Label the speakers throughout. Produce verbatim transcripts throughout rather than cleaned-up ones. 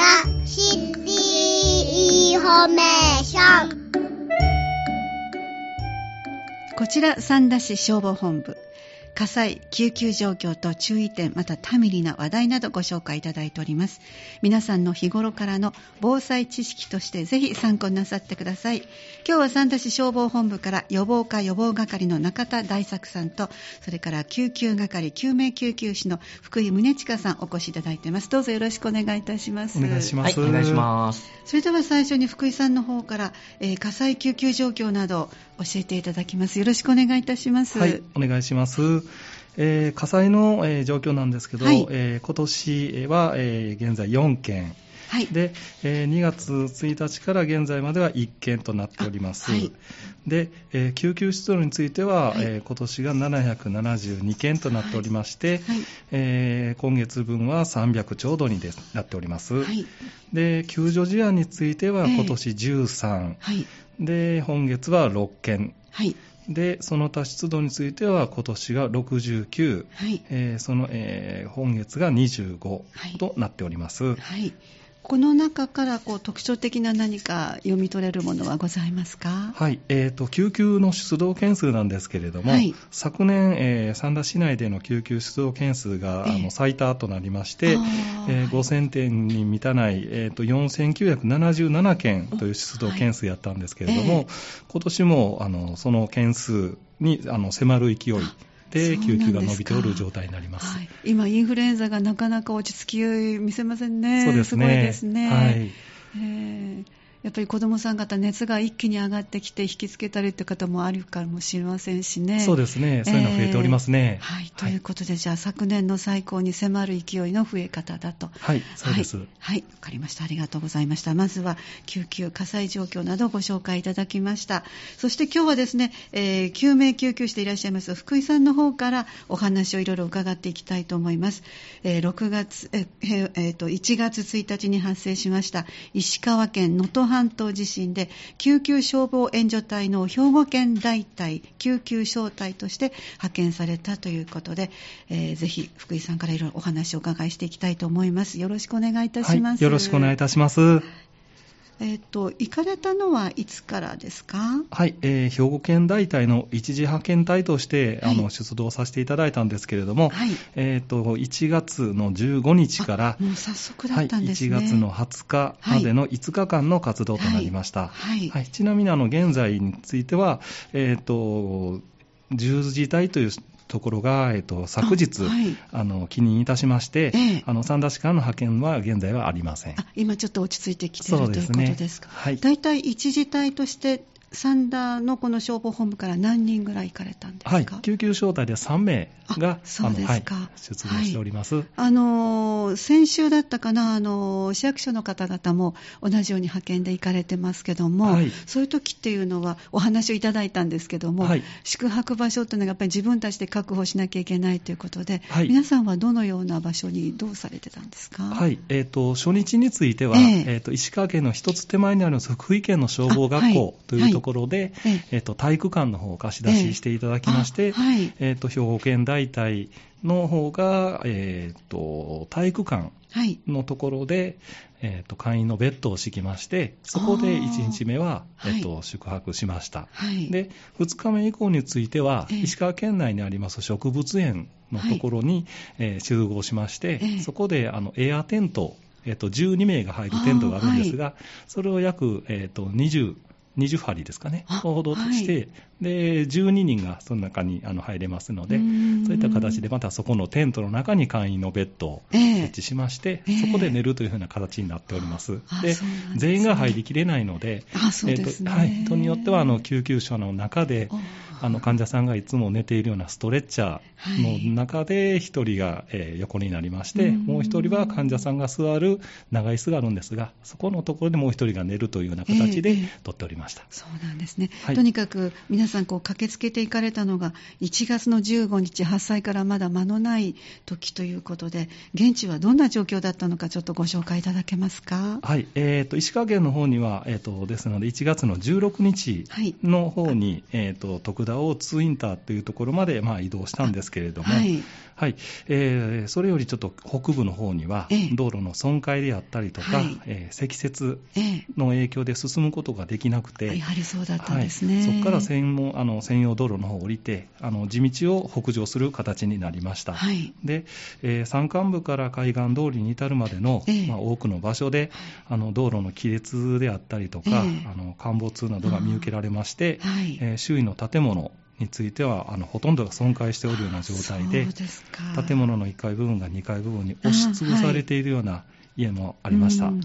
Speaker 1: シティインフォメーション。
Speaker 2: こちら三田市消防本部、火災、救急状況と注意点、またタミリな話題などご紹介いただいております。皆さんの日頃からの防災知識としてぜひ参考になさってください。今日は三田市消防本部から予防課予防係の中田大作さんと、それから救急係救命救急士の福井宗親さんお越しいただいています。どうぞよろしくお願いいたします。
Speaker 3: お願いします。
Speaker 4: はい、お願いします。
Speaker 2: それでは最初に福井さんの方から、えー、火災救急状況など教えていただきます。よろしくお願いいたします。
Speaker 3: はい、お願いします。えー、火災の、えー、状況なんですけど、はい、えー、今年は、えー、現在よんけん、はい、で、えー、にがつついたちから現在まではいっけんとなっております。はい、で、えー、救急出動については、はい、えー、今年がななひゃくななじゅうにけんとなっておりまして、はい、えー、今月分はさんびゃくちょうどになっております。はい、で、救助事案については今年じゅうさん、はい、で本月はろっけん、はい、でその他出動については今年がろくじゅうきゅう、はい、えー、その、えー、本月がにじゅうごとなっております。はいはい、
Speaker 2: この中からこう特徴的な何か読み取れるものはございますか？
Speaker 3: はい、えーと、救急の出動件数なんですけれども、はい、昨年、えー、三田市内での救急出動件数が、えー、あの最多となりまして、えー、ごせんてんに満たない、えーと、よんせんきゅうひゃくななじゅうななけんという出動件数やったんですけれども、はい、えー、今年もあのその件数にあの迫る勢いで救急が伸びておる状態になります。
Speaker 2: はい、今インフルエンザがなかなか落ち着き見せませんね。
Speaker 3: そうですね。
Speaker 2: すごいですね。
Speaker 3: はい、
Speaker 2: えーやっぱり子どもさん方熱が一気に上がってきて引きつけたりという方もあるかもしれませんしね。
Speaker 3: そうですね、そういうの増えておりますね。
Speaker 2: えー、はい、ということで、じゃあ昨年の最高に迫る勢いの増え方だと。
Speaker 3: はい、そうです。
Speaker 2: はい、はい、わかりました。ありがとうございました。まずは救急火災状況などをご紹介いただきました。そして今日はですね、えー、救命救急士でいらっしゃいます福井さんの方からお話をいろいろ伺っていきたいと思います。えー、ろくがつ、えーえー、といちがつついたちに発生しました石川県能登半島地震で救急消防援助隊の兵庫県大隊救急小隊として派遣されたということで、えー、ぜひ福井さんからいろいろお話をお伺いしていきたいと思います。よろしくお願いいたします。
Speaker 3: はい、よろしくお願いいたします。
Speaker 2: えー、と行かれたのはいつからですか？
Speaker 3: はい、えー、兵庫県大隊の一時派遣隊として、はい、あの出動させていただいたんですけれども、はい、えー、といちがつのじゅうごにちから
Speaker 2: もう早速だったんですね。
Speaker 3: はい、いちがつのはつかまでのいつかかんの活動となりました。はいはいはい、ちなみにあの現在については、えー、と十字隊というところが、えっと、昨日、あ、はい、あの記認いたしまして、ええ、あの三田市からの派遣は現在はありません。
Speaker 2: あ、今ちょっと落ち着いてきている、ね、ということですか。
Speaker 3: はい、
Speaker 2: だいたい一時隊として三田のこの消防本部から何人ぐらい行かれたんですか？
Speaker 3: はい、救急小隊でさんめいが
Speaker 2: そうですか、
Speaker 3: はい、出動しております。はい、
Speaker 2: あの先週だったかな、あの市役所の方々も同じように派遣で行かれてますけども、はい、そういう時っていうのはお話をいただいたんですけども、はい、宿泊場所っていうのがやっぱり自分たちで確保しなきゃいけないということで、はい、皆さんはどのような場所にどうされてたんですか？
Speaker 3: はい、えー、と初日については、えーえー、と石川県の一つ手前にある福井県の消防学校というところで、はいはい、えー、と体育館の方を貸し出ししていただきまして、えーはいえー、と兵庫県大隊の方が、えー、と体育館のところで、はい、えー、と簡易のベッドを敷きまして、そこでいちにちめは、えー、と宿泊しました。はい、でふつかめ以降については、えー、石川県内にあります植物園のところに、はい、えー、集合しまして、えー、そこであのエアテント、えー、とじゅうにめいが入るテントがあるんですが、はい、それを約、えー、とにじゅうにじゅうはりですかね、ほどとして、はい、でじゅうににんがその中にあの入れますので、そういった形でまたそこのテントの中に簡易のベッドを設置しまして、えー、そこで寝るというふうな形になっております。えー、で, で、ね、全員が入りきれないので、
Speaker 2: あ、そうですね、
Speaker 3: えーとはい、人によってはあの救急車の中であの患者さんがいつも寝ているようなストレッチャーの中でひとりが、えー、横になりまして、もうひとりは患者さんが座る長椅子があるんですが、そこのところでもうひとりが寝るというような形で取っております。
Speaker 2: そうなんですね。はい、とにかく皆さんこう駆けつけていかれたのがいちがつのじゅうごにち、発災からまだ間のない時ということで、現地はどんな状況だったのかちょっとご紹介いただけますか？
Speaker 3: はい、えー、と石川県の方には、えー、とですのでいちがつのじゅうろくにちの方に、はい、えー、と徳田大津インターというところまで、まあ、移動したんですけれども、はい、 はい、えー、それよりちょっと北部の方には、ええ、道路の損壊であったりとか、はい、えー、積雪の影響で進むことができなくて、
Speaker 2: やはりそうだったんですね。
Speaker 3: はい、そこから専門あの専用道路の方を降りて、あの地道を北上する形になりました。はい、で、えー、山間部から海岸通りに至るまでの、ええ、まあ、多くの場所で、あの道路の亀裂であったりとか、ええ、あの陥没などが見受けられまして、はい、えー、周囲の建物についてはあのほとんどが損壊しておるような状態で、建物のいっかい部分がにかい部分に押しつぶされているような家もありました。はい、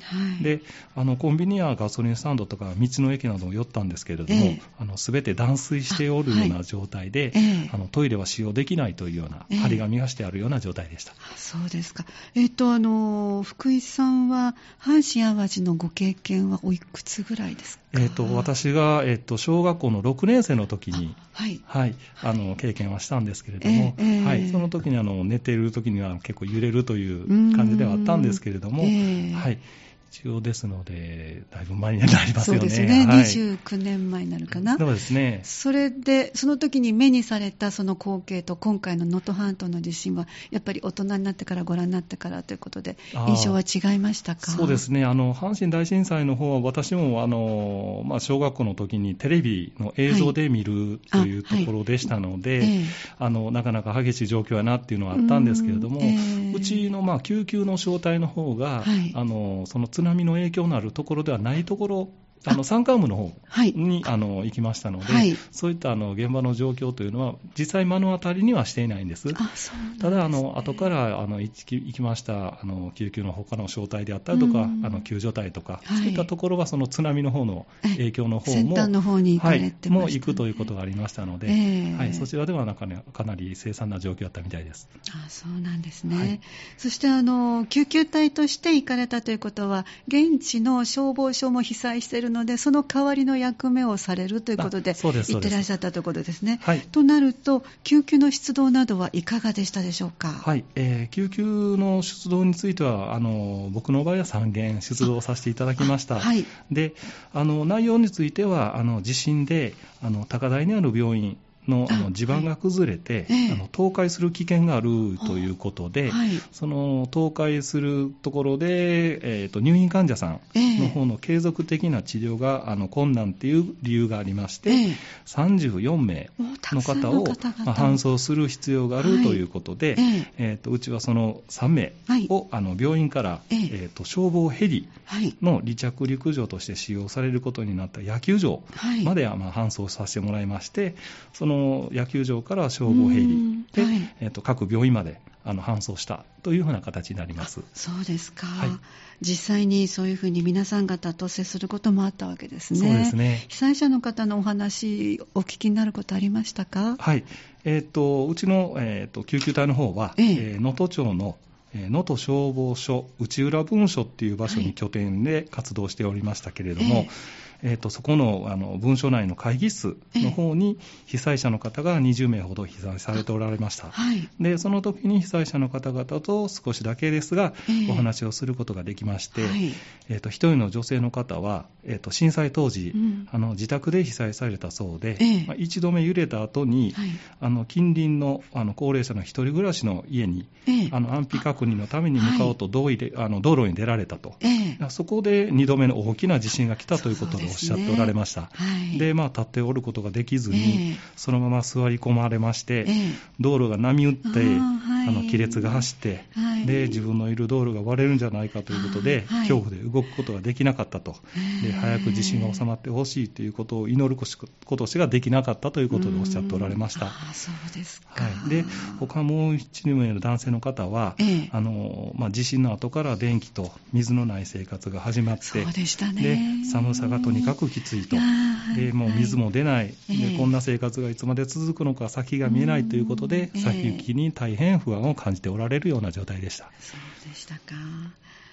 Speaker 3: で、あのコンビニやガソリンスタンドとか道の駅なども寄ったんですけれども、えー、あの全て断水しておるような状態で、はい、えー、あのトイレは使用できないというような張り紙がしてあるような状態でした。
Speaker 2: えー、そうですか。えっとあの福井さんは阪神・淡路のご経験はおいくつぐらいですか？
Speaker 3: えー、と私が、えー、と小学校のろくねん生の時に、はいはい、あの経験はしたんですけれども、えーえーはい、その時にあの寝ている時には結構揺れるという感じではあったんですけれども、えーはい、一応ですのでだいぶ前になりますよね。
Speaker 2: そうですね、はい、にじゅうきゅうねんまえになるかな。
Speaker 3: そうですね。
Speaker 2: それでその時に目にされたその光景と今回の能登半島の地震はやっぱり大人になってからご覧になってからということで印象は違いましたか？
Speaker 3: そうですね、あの阪神大震災の方は私もあの、まあ、小学校の時にテレビの映像で見るというところでしたので、はい、あ、はい、あのなかなか激しい状況やなっていうのはあったんですけれども、う, えー、うちのまあ救急の小隊の方が、はい、あのその津波の影響のあるところではないところ、あの山間部の方に あ, あの行きましたので、はい、そういったあの現場の状況というのは実際目の当たりにはしていないんです。あ、そうなんですね。ただあの後からあの行きましたあの救急の他の小隊であったりとか、あの救助隊とか、はい、そういったところはその津波の方の影響の方も
Speaker 2: 先端の方に行かれてましたね。
Speaker 3: はい、もう行くということがありましたので、えーはい、そちらではなんか、ね、かなり凄惨な状況だったみたいです。
Speaker 2: あ、そうなんですね。はい、そしてあの救急隊として行かれたということは現地の消防署も被災しているのでその代わりの役目をされるということで行ってらっしゃったということですね。はい、となると救急の出動などはいかがでしたでしょうか？
Speaker 3: はい、えー、救急の出動についてはあの僕の場合はさんげん出動させていただきました。はい、であの内容についてはあの地震であの高台にある病院の, あの地盤が崩れて、はい、あの倒壊する危険があるということで、はい、その倒壊するところで、えー、と入院患者さんの方の継続的な治療があの困難という理由がありまして、えー、さんじゅうよんめいの方をまあ、搬送する必要がある、はい、ということで、えーえー、とうちはそのさんめいを、はい、あの病院から、えーえー、と消防ヘリの離着陸場として使用されることになった野球場まで、はい、まあ、搬送させてもらいまして、その野球場から消防ヘリで、はい、えー、と各病院まであの搬送したというふうな形になります。
Speaker 2: そうですか、はい、実際にそういうふうに皆さん方と接することもあったわけですね。
Speaker 3: そうですね。
Speaker 2: 被災者の方のお話お聞きになることありましたか？
Speaker 3: はい、えー、とうちの、えー、と救急隊の方は能登、えー、町の能登消防署内浦分署っていう場所に拠点で活動しておりましたけれども、はい、えーえー、とそこ の, あの分署内の会議室の方に被災者の方がにじゅうめいほど被災されておられました。はい、でその時に被災者の方々と少しだけですが、えー、お話をすることができまして、はい、えー、と一人の女性の方は、えー、と震災当時、うん、あの自宅で被災されたそうで、えーまあ、一度目揺れた後に、はい、あの近隣 の, あの高齢者の一人暮らしの家に、えー、あの安否確認のために向かおうと 道,、はい、あの道路に出られたと、えー、そこでにどめの大きな地震が来たということでおっしゃっておられました。はい、で、まあ、立っておることができずに、えー、そのまま座り込まれまして、えー、道路が波打ってあ、はい、あの亀裂が走って、はい、で自分のいる道路が割れるんじゃないかということで、はい、恐怖で動くことができなかったと、で早く地震が収まってほしいということを祈ることしかできなかったということでおっしゃっておられました。
Speaker 2: あ、そうですか。
Speaker 3: はい、で他もう一名の男性の方は、えーあのまあ、地震の後から電気と水のない生活が始まって、
Speaker 2: そうでしたね。
Speaker 3: で寒さがとにかくきついと、でもう水も出ない、はい、でこんな生活がいつまで続くのか先が見えないということで、先行きに大変不安を感じておられるような状態でした。
Speaker 2: そうでしたか。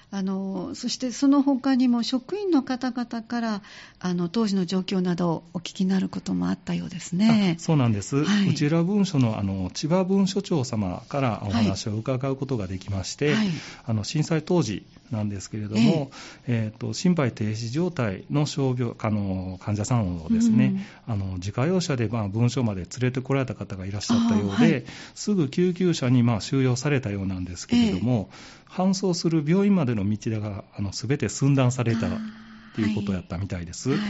Speaker 2: あのそしてその他にも職員の方々からあの当時の状況などをお聞きになることもあったようですね。
Speaker 3: そうなんです、
Speaker 2: はい、
Speaker 3: 内浦分署 の, あの千葉分署長様からお話を伺うことができまして、はい、あの震災当時なんですけれども、えーえー、と心肺停止状態の傷病あの患者さんをですね、うん、あの自家用車でまあ分署まで連れてこられた方がいらっしゃったようで、はい、すぐ救急車にまあ収容されたようなんですけれども、えー、搬送する病院までの道があの全て寸断されたということやったみたいです、はい、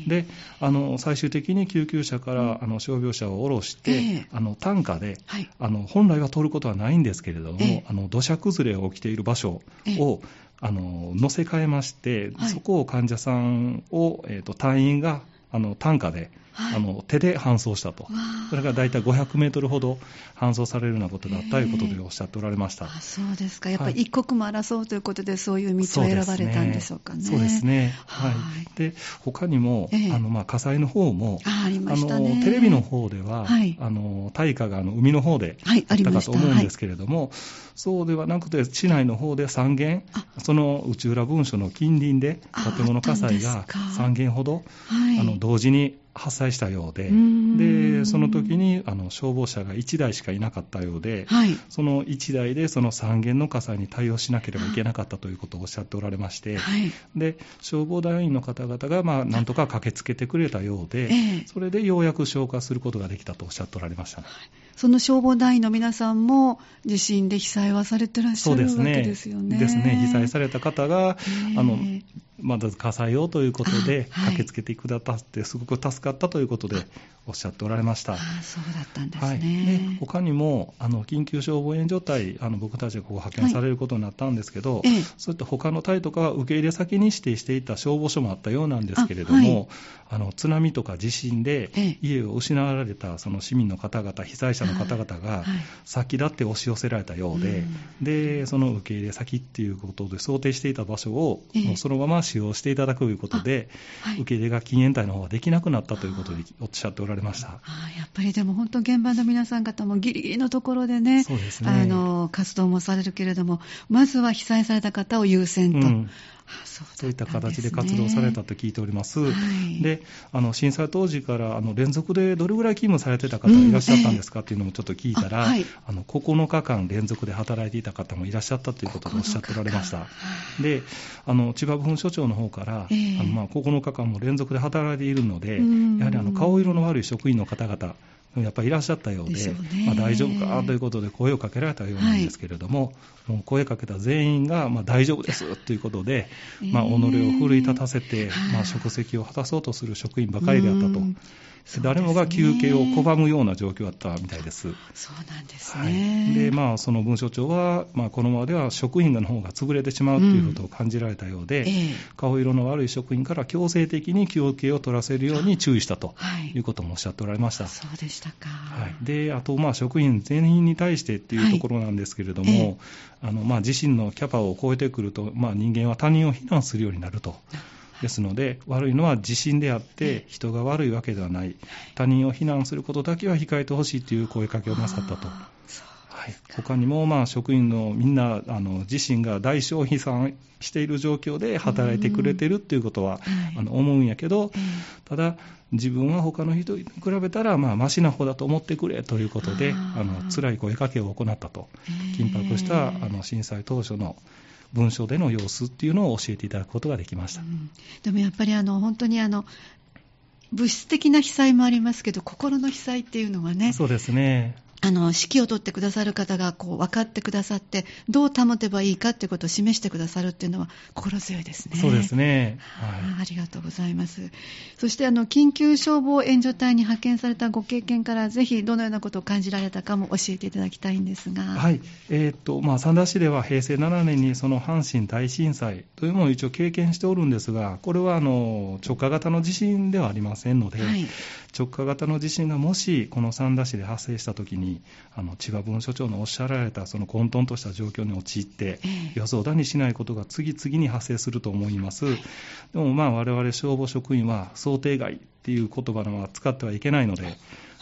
Speaker 3: であの最終的に救急車から、うん、あの傷病者を降ろして、えー、あの担架で、はい、あの本来は通ることはないんですけれども、えー、あの土砂崩れが起きている場所を、えーあの乗せ替えまして、はい、そこを患者さんを、えー、と隊員があの担架で、はい、あの手で搬送したと、それがだいたいごひゃくメートルほど搬送されるようなことだったということでおっしゃっておられました。
Speaker 2: あ、そうですか。やっぱり一刻も争うということで、そういう道を選ばれたんでしょうかね。
Speaker 3: そうですね、はいはい、で他にも、えー、あのまあ火災の方も あ, あ, りましたね、あのテレビの方では、はい、あの大火があの海の方であったかと思うんですけれども、はい、そうではなくて市内の方でさんげん、その内浦分署の近隣で建物火災がさんげんほど、はい、あの同時に発災したよう で, でその時にあの消防車がいちだいしかいなかったようで、はい、そのいちだいでそのさんげんの火災に対応しなければいけなかったということをおっしゃっておられまして、はい、で消防団員の方々がまあなんとか駆けつけてくれたようで、ええ、それでようやく消火することができたとおっしゃっておられました、ね。はい、
Speaker 2: その消防団員の皆さんも地震で被災はされてらっしゃるわけですよね。
Speaker 3: ですね。被災された方が、えー、あのまだ火災をということで駆けつけてくださってすごく助かったということでおっしゃっておられました。
Speaker 2: ああ、そうだったんですね。
Speaker 3: はい、で他にもあの緊急消防援助隊、あの僕たちがここ派遣されることになったんですけど、はい、そういった他の隊とかは受け入れ先に指定していた消防署もあったようなんですけれども、あ、はい、あの津波とか地震で家を失われたその市民の方々、被災者の方々が先立って押し寄せられたようで、はい、でその受け入れ先っていうことで想定していた場所をもうそのまま使用していただくということで、はい、受け入れが禁煙隊の方はできなくなったということでおっしゃっておられました。
Speaker 2: ああ、やっぱりでも本当現場の皆さん方もギリギリのところでね、
Speaker 3: そうですね、
Speaker 2: あの活動もされるけれども、まずは被災された方を優先と、うん、あ、 そうだったんですね。
Speaker 3: そういった形で活動されたと聞いております。はい、であの震災当時からあの連続でどれぐらい勤務されてた方いらっしゃったんですか、うん、っていうのもちょっと聞いたら、あ、はい、あのここのかかん連続で働いていた方もいらっしゃったということでおっしゃっておられました。であの千葉分署長の方から、えー、あのまあここのかかんも連続で働いているので、やはりあの顔色の悪い職員の方々やっぱりいらっしゃったよう で, でまあ、大丈夫かということで声をかけられたようなんですけれども、はい、もう声かけた全員がまあ大丈夫ですということで、まあ、己を奮い立たせて、まあ、職責を果たそうとする職員ばかりであったと。誰もが休憩を拒むような状況だったみたいです。
Speaker 2: そうなんですね。
Speaker 3: はい、でまあ、その分署長は、まあ、このままでは職員の方が潰れてしまうということを感じられたようで、うん、ええ、顔色の悪い職員から強制的に休憩を取らせるように注意したということもおっしゃっておられました。
Speaker 2: そうでしたか。
Speaker 3: はい、であと、まあ、職員全員に対してっていうところなんですけれども、はい、ええ、あのまあ、自身のキャパを超えてくると、まあ、人間は他人を非難するようになると。ですので悪いのは自身であって人が悪いわけではない、他人を非難することだけは控えてほしいという声かけをなさったと。はい、他にもまあ職員のみんなあの自身が大消費産している状況で働いてくれてるっていうことは、うん、あの思うんやけど、うん、ただ自分は他の人に比べたらまあマシな方だと思ってくれということであの辛い声かけを行ったと。緊迫したあの震災当初の文書での様子っていうのを教えていただくことができました。うん、
Speaker 2: でもやっぱりあの本当にあの物質的な被災もありますけど、心の被災っていうのはね。
Speaker 3: そうですね。
Speaker 2: あの指揮を取ってくださる方がこう分かってくださってどう保てばいいかということを示してくださるっていうのは心強いですね。
Speaker 3: そうですね、
Speaker 2: はい、あ, ありがとうございます。そしてあの緊急消防援助隊に派遣されたご経験からぜひどのようなことを感じられたかも教えていただきたいんですが。
Speaker 3: はい、えーっとまあ、三田市では平成ななねんにその阪神大震災というものを一応経験しておるんですが、これはあの直下型の地震ではありませんので、はい、直下型の地震がもしこの三田市で発生したときにあの千葉分署長のおっしゃられたその混沌とした状況に陥って、えー、予想だにしないことが次々に発生すると思います。はい、でもまあ我々消防職員は想定外っていう言葉は使ってはいけないので、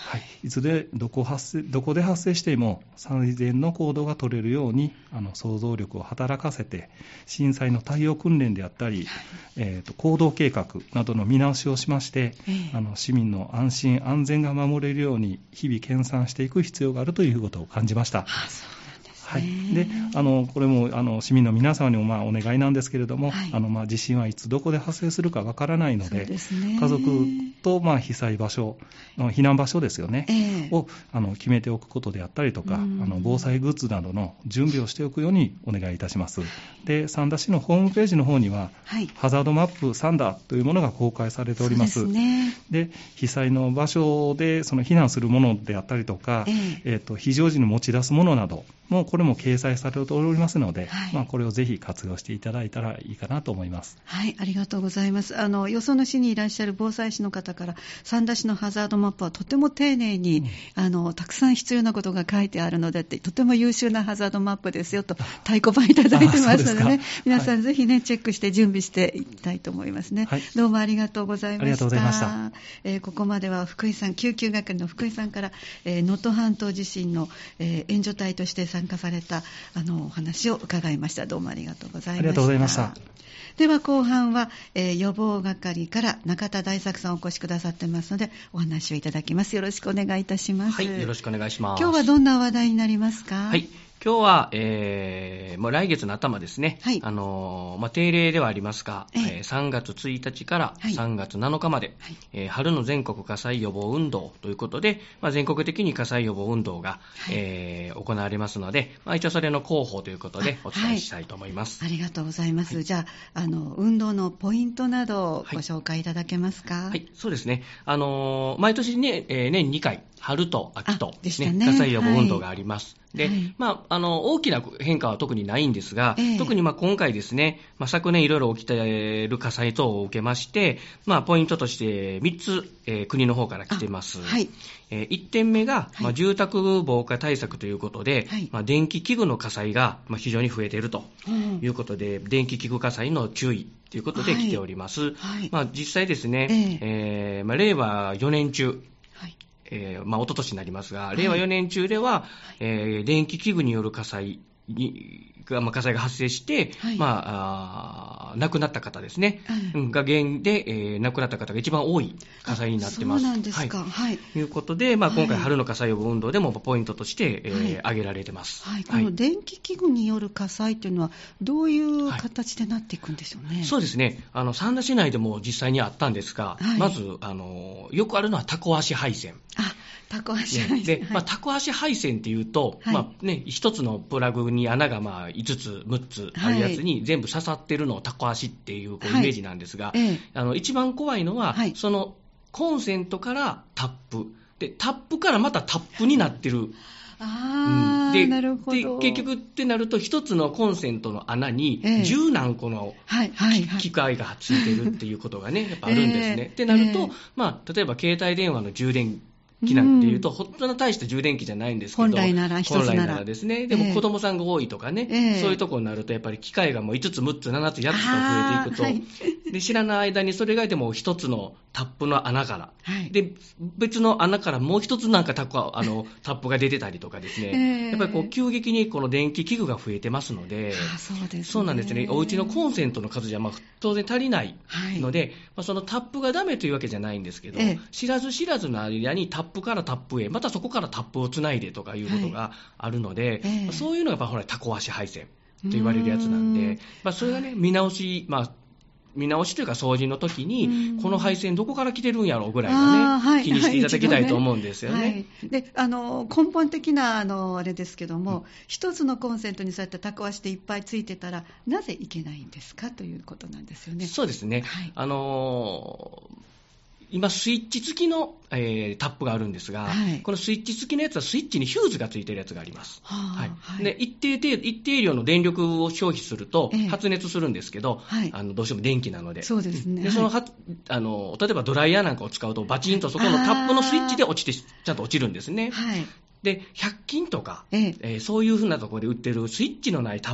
Speaker 3: はい、いつでどこ発生どこで発生しても最善の行動が取れるようにあの想像力を働かせて震災の対応訓練であったり、はい、えー、と行動計画などの見直しをしまして、えー、あの市民の安心安全が守れるように日々研鑽していく必要があるということを感じました。はい、であのこれもあの市民の皆様にもまあお願いなんですけれども、はい、あのまあ地震はいつどこで発生するかわからないの で, で、ね、家族とまあ被災場所の避難場所ですよね、えー、をあの決めておくことであったりとか、あの防災グッズなどの準備をしておくようにお願いいたします。で、三田市のホームページの方には、はい、ハザードマップ三田というものが公開されております。 で, で被災の場所でその避難するものであったりとか、えーえー、と非常時に持ち出すものなどもうこれも掲載されておりますので、はい、まあ、これをぜひ活用していただいたらいいかなと思います。
Speaker 2: はい、ありがとうございます。あのよその市にいらっしゃる防災士の方から三田市のハザードマップはとても丁寧に、うん、あのたくさん必要なことが書いてあるのでって、とても優秀なハザードマップですよと太鼓判いただいてますのでね、皆さんぜひねチェックして準備していきたいと思いますね、はい、どうもありがとうございました。
Speaker 3: ありがとうございました。
Speaker 2: えー、ここまでは福井さん救急係の福井さんから能登、えー、半島地震の、えー、援助隊として参加されたあのお話を伺いました。どうもありがとうございました。
Speaker 3: ありがとうございました。
Speaker 2: では後半は、えー、予防係から中田大作さんお越しくださってますのでお話をいただきます。よろしくお願いいたします。
Speaker 4: はい、よろしくお願いします。
Speaker 2: 今日はどんな話題になりますか？
Speaker 4: はい、今日は、えー、もう来月の頭ですね、はい、あのまあ、定例ではありますが、えーえー、さんがつついたちからさんがつなのかまで、はい、えー、春の全国火災予防運動ということで、まあ、全国的に火災予防運動が、はい、えー、行われますので、まあ、一応それの広報ということでお伝えしたいと思います。
Speaker 2: はい、ありがとうございます。はい、じゃあ、あの運動のポイントなどをご紹介いただけますか？
Speaker 4: はい、はい、そうですね、あの毎年、ね、えー、年にかい春と秋と、ね
Speaker 2: ね、
Speaker 4: 火災予防運動があります。はい、で、はい、まあ、あの大きな変化は特にないんですが、えー、特にまあ今回ですね、まあ、昨年いろいろ起きている火災等を受けまして、まあ、ポイントとしてみっつ、えー、国の方から来てます。はい、えー、いってんめが、まあ、住宅防火対策ということで、はい、まあ、電気器具の火災がまあ非常に増えているということで、うん、電気器具火災の注意ということで来ております。はいはい、まあ、実際ですね、えーえーまあ、令和よねん中、えーまあ、一昨年になりますが、令和よねん中では、はい、えー、電気器具による火災に、まあ、火災が発生して、はい、まあ、あ亡くなった方ですね、はい、が原因で、えー、亡くなった方が一番多い火災になってます。
Speaker 2: そうなんですか。はい。はい、
Speaker 4: ということで、まあ、今回春の火災予防運動でもポイントとして、はい、えー、挙げられてます。
Speaker 2: はい。この電気器具による火災というのはどういう形でなっていくんでしょうね。はい、
Speaker 4: そうですね。あの三田市内でも実際にあったんですが、はい、まずあのよくあるのはタコ足配線。
Speaker 2: あ、タコ足配線。
Speaker 4: で、まあ、タコ足配線っていうと、はい、まあね、一つのプラグに穴がまあいつつむっつあるやつに全部刺さってるのをタコ足っていう、こうイメージなんですが、はい、あの一番怖いのは、はい、そのコンセントからタップで、タップからまたタップになってる。
Speaker 2: あ、うん、
Speaker 4: で
Speaker 2: なるほど。
Speaker 4: で結局ってなると一つのコンセントの穴に十何個の機械がついてるっていうことがね、やっぱあるんですね。えー、ってなると、えーまあ、例えば携帯電話の充電機なんていうと、うん、本当に大した充電器じゃないんですけど、
Speaker 2: 本来なら一つなら
Speaker 4: 本来ならですね。でも子供さんが多いとかね、えー、そういうところになるとやっぱり機械がもういつつむっつななつやっつと増えていくと、はい、で知らない間にそれがでも一つのタップの穴から、はい、で別の穴からもう一つなんかタップあのタップが出てたりとかですね、えー、やっぱりこう急激にこの電気器具が増えてますので、
Speaker 2: あ、そうですね、
Speaker 4: そうなんですね。お家のコンセントの数じゃまあ当然足りないので、はい、まあ、そのタップがダメというわけじゃないんですけど、えー、知らず知らずの間にタップからタップへ、またそこからタップをつないでとかいうことがあるので、はい、えー、そういうのがやっぱほらタコ足配線と言われるやつなんで、まあ、それがね見直し、まあ見直しというか掃除の時にこの配線どこから来てるんやろうぐらいのね、はい、気にしていただきたいと思うんですよね。はい、
Speaker 2: であの根本的なあのあれですけども、うん、一つのコンセントにそうやってタコ足でいっぱいついてたらなぜいけないんですかということなんですよね。
Speaker 4: そうですね、はい、あのー今スイッチ付きの、えー、タップがあるんですが、はい、このスイッチ付きのやつはスイッチにヒューズがついてるやつがあります。はあ、はいはい、で一定程度一定量の電力を消費すると発熱するんですけど、えーはい、あのどうしても電気なので、
Speaker 2: そうですね。
Speaker 4: でそのはあの例えばドライヤーなんかを使うとバチンとそこのタップのスイッチで落ちてちゃんと落ちるんですね。はい、でひゃく均とか、えええー、そういうふうなところで売ってるスイッチのないタップ、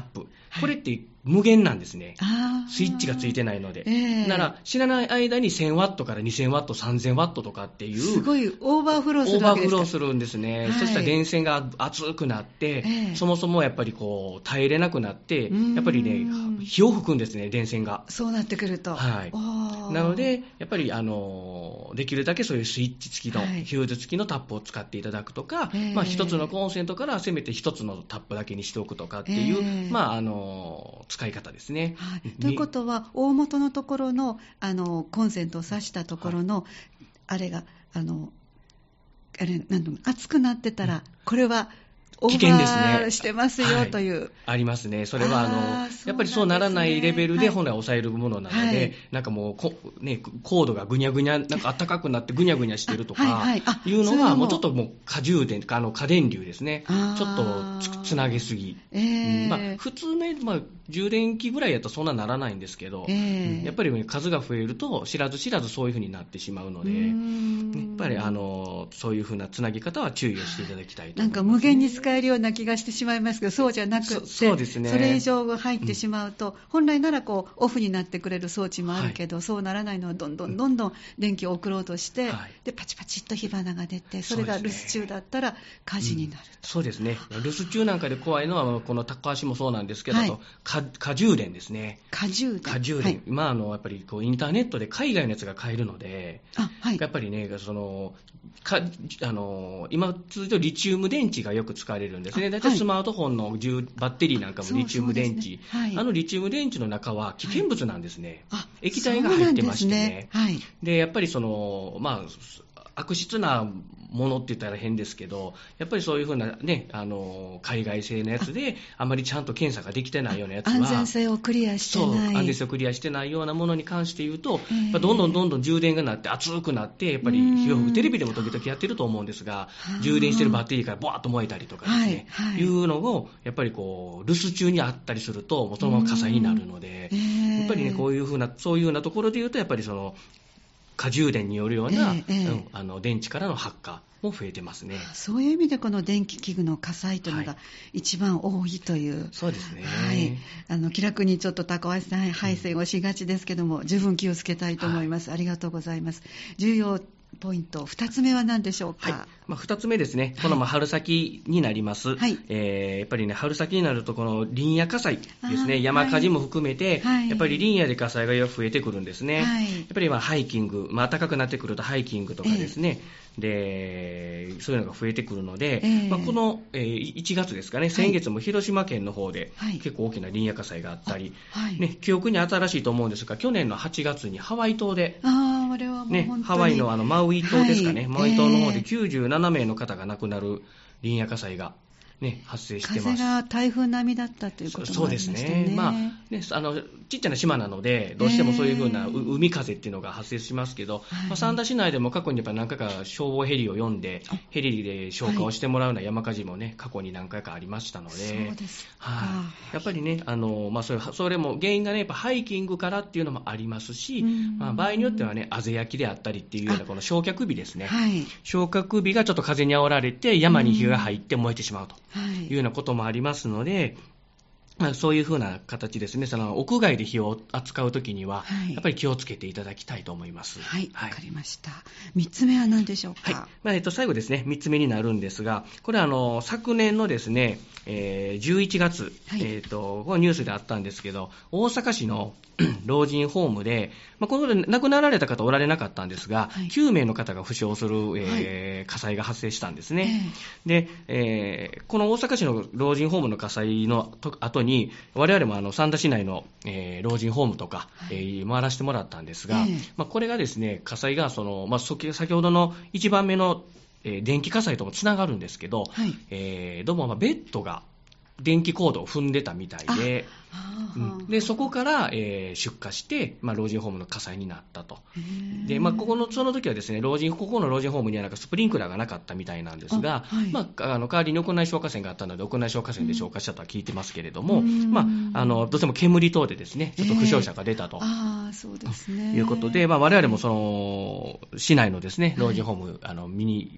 Speaker 4: これって無限なんですね。
Speaker 2: あ
Speaker 4: スイッチがついてないので。
Speaker 2: えー、
Speaker 4: なら、知らない間にせんワットからにせんワット、さんぜんワットとかっていう。
Speaker 2: すごいオーバーフローするわけですか。
Speaker 4: オーバーフローするんですね。はい、そしたら電線が熱くなって、えー、そもそもやっぱりこう、耐えれなくなって、やっぱりね、火を吹くんですね、電線が。
Speaker 2: そうなってくると。
Speaker 4: はい。なので、やっぱり、あの、できるだけそういうスイッチ付きの、はい、ヒューズ付きのタップを使っていただくとか、えー、まあ一つのコンセントからせめて一つのタップだけにしておくとかっていう、えー、まああの、使い方ですね。
Speaker 2: はい、ということは、大元のところの、あのコンセントを挿したところの、はい、あれが、あの、あれ、なんだろう、熱くなってたら、これは、オーバーしてますよという、はい、
Speaker 4: ありますね。それはあのあ、ね、やっぱりそうならないレベルで本来抑えるものなので、はい、なんかもうこ、ね、コードがぐにゃぐにゃ、なんか暖かくなってぐにゃぐにゃしてるとかいうのは、もうちょっともう過充電、あの過電流ですね。ちょっと つ, つなげすぎ。
Speaker 2: えー
Speaker 4: うんまあ、普通ね、まあ、充電器ぐらいやったらそんなならないんですけど、えーうん、やっぱり、ね、数が増えると知らず知らずそういう風になってしまうので、やっぱりあのそういう風なつなぎ方は注意をしていただきたいと思います、ね。なんか無限に使
Speaker 2: 使えるような気がしてしまいますけど、そうじゃなくて、そ,
Speaker 4: そうですね、
Speaker 2: それ以上入ってしまうと、うん、本来ならこうオフになってくれる装置もあるけど、はい、そうならないのはどんどんどんどん電気を送ろうとして、はい、でパチパチっと火花が出て、それが留守中だったら火事になる、うん、
Speaker 4: そうですね。留守中なんかで怖いのはこの高橋もそうなんですけど、はい、過充電ですね。
Speaker 2: 過充電、
Speaker 4: 過充電、はい、今あのやっぱりこうインターネットで海外のやつが買えるので、あ、はい、やっぱりね、そのかあの今通常リチウム電池がよく使われるんですね。だいたいスマートフォンのバッテリーなんかもリチウム電池、ね、はい、あのリチウム電池の中は危険物なんですね、はい、液体が入ってまして ね, ね、はい、でやっぱりそのまあ悪質なものって言ったら変ですけど、やっぱりそういうふうなね、あの海外製のやつで あ, あまりちゃんと検査ができてないようなやつは、
Speaker 2: 安全性をクリアしてない、
Speaker 4: そう安全性をクリアしてないようなものに関して言うと、えー、どんどんどんどん充電がなって熱くなって、やっぱり火を吹く、テレビでも時々やってると思うんですが、充電してるバッテリーからボワッと燃えたりとかですね、はいはい、いうのをやっぱりこう留守中にあったりすると、もうそのまま火災になるので、えー、やっぱりね、こういうふうなそういうようなところで言うと、やっぱりその過充電によるような、えーえーうん、あの電池からの発火も増えてますね。
Speaker 2: そういう意味でこの電気器具の火災というのが一番多いという、はい、
Speaker 4: そうですね、
Speaker 2: はい、あの気楽にちょっと高橋さん配線をしがちですけども、うん、十分気をつけたいと思います、はい、ありがとうございます。重要ポイントふたつめは何でしょうか。
Speaker 4: はい、まあ、ふたつめですね、このまあ春先になります、はい、えー、やっぱりね、春先になるとこの林野火災ですね、山火事も含めて、はい、やっぱり林野で火災が増えてくるんですね、はい、やっぱりまあハイキング、まあ、暖かくなってくるとハイキングとかですね、えー、でそういうのが増えてくるので、えーまあ、この、えー、いちがつですかね、先月も広島県の方で結構大きな林野火災があったり、はいね、記憶に新しいと思うんですが、去年のはちがつにハワイ島で、
Speaker 2: ああれはもう本当に、
Speaker 4: ね、ハワイのあのマウイ島ですかね、はい、マウイ島の方できゅうじゅうななめいの方が亡くなる林野火災が、ね、発生してます。
Speaker 2: 風が台風並みだったということもありましたね。
Speaker 4: そうですね。まあね、あのちっちゃな島なので、どうしてもそういう風な、えー、海風っていうのが発生しますけど、はい、まあ、三田市内でも過去にやっぱ何回か消防ヘリを呼んで、ヘリで消火をしてもらうような山火事もね、過去に何回かありましたので、
Speaker 2: そうですか。
Speaker 4: はい、やっぱりね、あのまあ、それ、それも原因がね、やっぱハイキングからっていうのもありますし、まあ、場合によってはね、あぜ焼きであったりっていうようなこの焼却火ですね、はい、焼却火がちょっと風に煽られて山に火が入って燃えてしまうというようなこともありますので、まあ、そういうふうな形ですね、その屋外で火を扱うときには、はい、やっぱり気をつけていただきたいと思います。
Speaker 2: はい、わ、はい、かりました。みっつめは何でしょうか。はい、
Speaker 4: まあえっと、最後ですね、みっつめになるんですが、これはあの昨年のですね、えー、じゅういちがつ、はい、えーと、このニュースであったんですけど、大阪市の老人ホームで、まあ、この亡くなられた方おられなかったんですが、はい、きゅうめいの方が負傷する、えーはい、火災が発生したんですね。えー、で、えー、この大阪市の老人ホームの火災の後に、我々もあの三田市内の、えー、老人ホームとか、はい、えー、回らせてもらったんですが、えーまあ、これがですね、火災がその、まあ、先ほどのいちばんめの、えー、電気火災ともつながるんですけど、はい、えー、どうもまあベッドが電気コードを踏んでたみたいで、うん、でそこから、えー、出火して、まあ、老人ホームの火災になったと。で、まあ、ここのその時はですね、老人ここの老人ホームにはなんかスプリンクラーがなかったみたいなんですが、はい、まあ、あの代わりに屋内消火栓があったので屋内消火栓で消火したとは聞いてますけれども、まあ、あのどうしても煙等でですね、ちょっと負傷者が出たと、
Speaker 2: えー、あそうですね、
Speaker 4: いうことで、まあ、我々もその市内のですね老人ホーム、はい、あの見に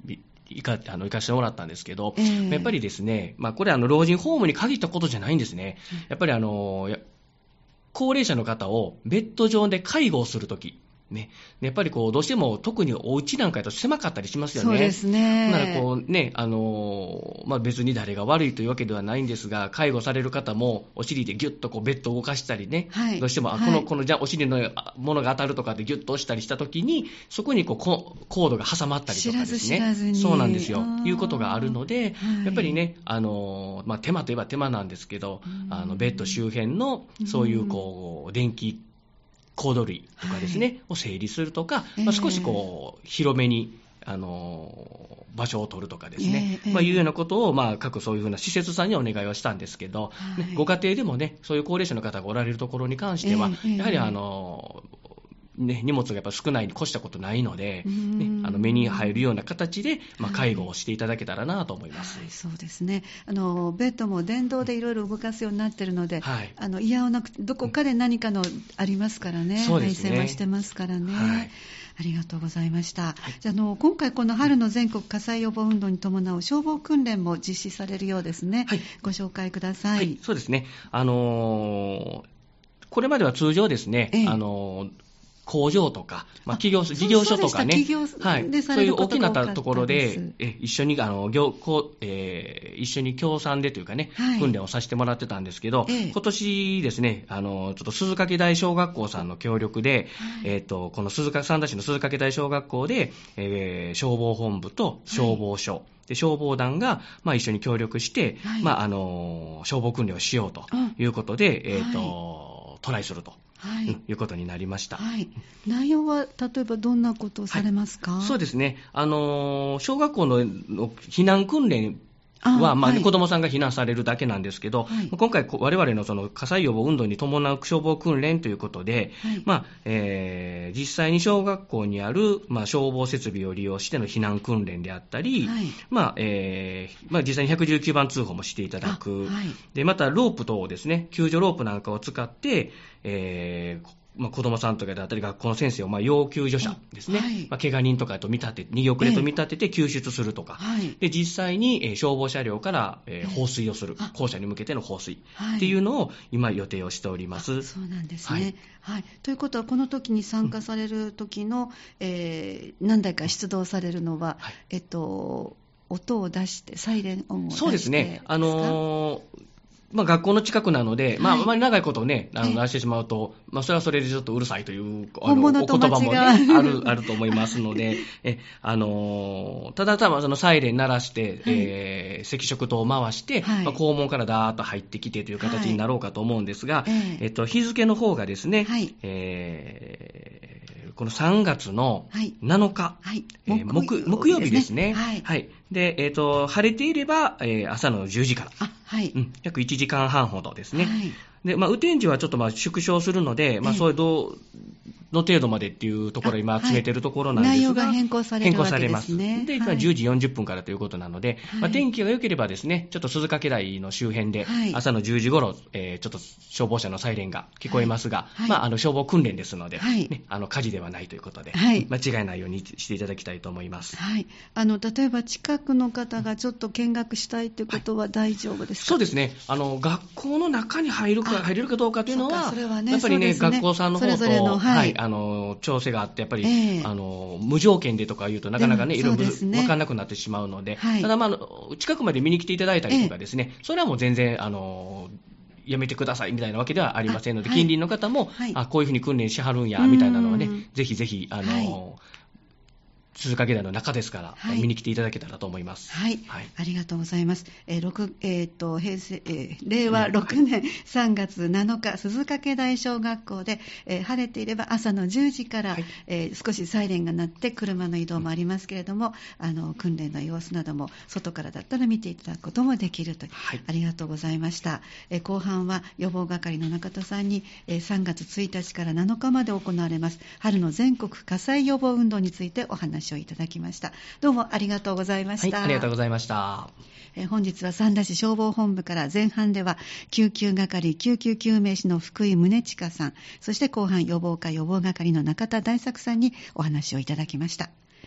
Speaker 4: 行か、あの、行かせてもらったんですけど、
Speaker 2: えー、
Speaker 4: やっぱりですね、まあ、これあの、老人ホームに限ったことじゃないんですね。やっぱりあの、高齢者の方をベッド上で介護をするとき、ね、やっぱりこうどうしても特にお家なんかだと狭かったりしますよね。
Speaker 2: そうですね。
Speaker 4: だからこうね、あのまあ、別に誰が悪いというわけではないんですが、介護される方もお尻でギュッとこうベッドを動かしたりね、はい、どうしても、はい、このこのじゃお尻のものが当たるとかでギュッと押したりしたときに、そこにこうコードが挟まったりとかですね、
Speaker 2: 知らず知らずに
Speaker 4: そうなんですよ、いうことがあるので、はい、やっぱりね、あのまあ、手間といえば手間なんですけど、あのベッド周辺のそういうこう電気コード類とかですね、はい、を整理するとか、まあ、少しこう広めにあの場所を取るとかですね、えー、まあ、いうようなことを、まあ、各そういうふうな施設さんにお願いをしたんですけど、はい、ね、ご家庭でもね、そういう高齢者の方がおられるところに関しては、えー、やはりあのね、荷物がやっぱ少ないに越したことないので、ね、あの目に入るような形で、まあ、介護をしていただけたらなと思います。
Speaker 2: はいはい、そうですね。あのベッドも電動でいろいろ動かすようになっているので、はい、あのいやおなくどこかで何かのありますからね、
Speaker 4: そうですね、
Speaker 2: 配線はしてますからね。はい、ありがとうございました。はい、じゃあ、あの今回この春の全国火災予防運動に伴う消防訓練も実施されるようですね。はい、ご紹介ください。はい、
Speaker 4: そうですね。あのー、これまでは通常ですね、ええ、あのー工場とか、まあ、企業、事業所とかね、はい、そういう大きなところで、え一緒にあの業こう、えー、一緒に協賛でというかね、はい、訓練をさせてもらってたんですけど、ええ、今年ですね、あのちょっと鈴掛台小学校さんの協力で、はい、えっ、ー、とこの鈴鹿三田市の鈴掛台小学校で、えー、消防本部と消防署、はい、で消防団が、まあ、一緒に協力して、はい、まあ、あの消防訓練をしようということで、うん、えっ、ー、と、はい、トライすると。はい、いうことになりました。はい、
Speaker 2: 内容は例えばどんなことをされますか？
Speaker 4: はい、そうですね。あの小学校の避難訓練は、まあ、はい、子どもさんが避難されるだけなんですけど、はい、今回我々のその火災予防運動に伴う消防訓練ということで、はい、まあえー、実際に小学校にある、まあ、消防設備を利用しての避難訓練であったり、はい、まあえーまあ、実際にひゃくじゅうきゅうばん通報もしていただく、はい、でまたロープ等をですね、救助ロープなんかを使って、えーまあ、子どもさんとかであったり学校の先生をまあ要救助者ですね、はい、まあ、怪我人とかと見立て逃げ遅れと見立てて救出するとか、えーはい、で実際に、えー、消防車両から、えー、放水をする、えー、校舎に向けての放水っていうのを今予定をしております。
Speaker 2: そうなんですね、はいはい、ということはこの時に参加される時の、うん、えー、何台か出動されるのは、はい、えっと、音を出してサイレン音を出して、
Speaker 4: そうですね、あのーまあ、学校の近くなので、はい、まあ、あまり長いことをね、あの、出してしまうと、まあ、それはそれでちょっとうるさいという、あの、お言葉もね、ある、あると思いますので、え、あの、ただただ、そのサイレン鳴らして、はい、えー、赤色灯を回して、はい、まあ、校門からダーッと入ってきてという形になろうかと思うんですが、はい、えっと、日付の方がですね、はい、えー、このさんがつのなのか、はい、えー、木, 木曜日ですね。はい。はい。で、えっと、晴れていれば、えー、朝のじゅうじから。あ、はい。うん、約いちじかんはんほどですね。はい。で、まあ、雨天時はちょっとまあ縮小するので、まあ、そういうどう、の程度までっていうところを今詰めているところなんですが、
Speaker 2: 内容が変更されるわけですね。
Speaker 4: 変更されます。で、今じゅうじよんじゅっぷんからということなので、はい、まあ、天気が良ければですね、ちょっと鈴掛台の周辺で、朝のじゅうじ頃、えー、ちょっと消防車のサイレンが聞こえますが、はい、まあ、あの消防訓練ですので、はい、ね、あの火事ではないということで、はい、間違いないようにしていただきたいと思います。
Speaker 2: はい。あの、例えば近くの方がちょっと見学したいということは大丈夫ですか？
Speaker 4: そうですね。あの、学校の中に入るか、入れるかどうかというのは、ね、やっぱりね、ね、学校さんの方と、それぞれの、はい、はい、あの、調整があって、やっぱり、えー、あの無条件でとか言うとなかなかね、いろいろ分からなくなってしまうので、はい、ただ、まあ、近くまで見に来ていただいたりとかですね、えー、それはもう全然あのやめてくださいみたいなわけではありませんので、はい、近隣の方も、はい、あこういうふうに訓練しはるんやみたいなのはね、ぜひぜひあの、はい、鈴掛台の中ですから、はい、見に来ていただけたらと思います。
Speaker 2: はい、はい、ありがとうございます。えー6えー、と平成、えー、令和ろくねんさんがつなのか、鈴掛台小学校で、えー、晴れていれば朝のじゅうじから、はい、えー、少しサイレンが鳴って車の移動もありますけれども、うん、あの訓練の様子なども外からだったら見ていただくこともできるという、はい、ありがとうございました。えー、後半は予防係の中田さんに、えー、さんがつついたちからなのかまで行われます春の全国火災予防運動についてお話をいただきました。どうもありがとうございました。
Speaker 4: はい、ありがとうございました。
Speaker 2: えー、本日は三田市消防本部から前半では救急係救急救命士の福井宗親さん、そして後半予防課予防係の中田大作さんにお話をいただきました。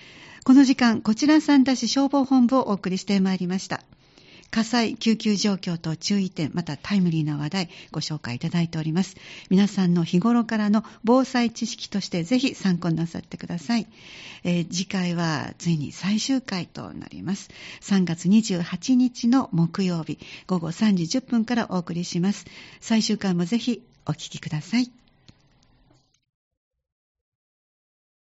Speaker 2: この時間、こちら三田市消防本部をお送りしてまいりました。火災、救急状況と注意点、またタイムリーな話題ご紹介いただいております。皆さんの日頃からの防災知識としてぜひ参考になさってください。えー、次回はついに最終回となります。さんがつにじゅうはちにちの木曜日、ごごさんじじゅっぷんからお送りします。最終回もぜひお聞きください。